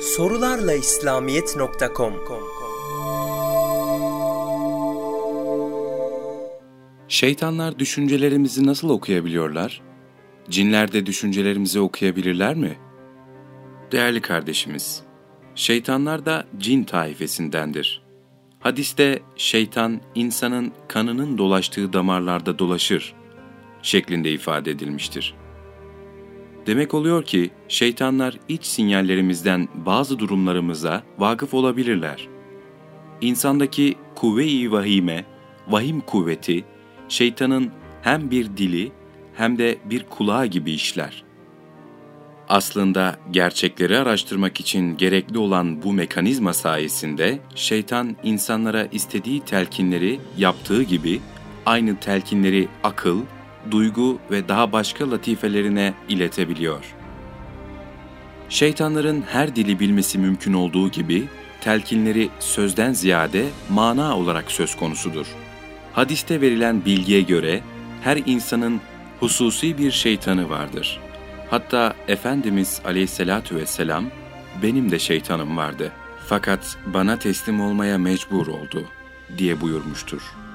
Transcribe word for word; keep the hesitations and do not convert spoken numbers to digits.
sorularla islamiyet nokta com. Şeytanlar düşüncelerimizi nasıl okuyabiliyorlar? Cinler de düşüncelerimizi okuyabilirler mi? Değerli kardeşimiz, şeytanlar da cin taifesindendir. Hadiste şeytan insanın kanının dolaştığı damarlarda dolaşır şeklinde ifade edilmiştir. Demek oluyor ki şeytanlar iç sinyallerimizden bazı durumlarımıza vakıf olabilirler. İnsandaki kuvve-i vahime, vahim kuvveti, şeytanın hem bir dili hem de bir kulağı gibi işler. Aslında gerçekleri araştırmak için gerekli olan bu mekanizma sayesinde şeytan insanlara istediği telkinleri yaptığı gibi aynı telkinleri akıl, duygu ve daha başka latifelerine iletebiliyor. Şeytanların her dili bilmesi mümkün olduğu gibi telkinleri sözden ziyade mana olarak söz konusudur. Hadiste verilen bilgiye göre her insanın hususi bir şeytanı vardır. Hatta Efendimiz Aleyhisselatü Vesselam, benim de şeytanım vardı fakat bana teslim olmaya mecbur oldu diye buyurmuştur.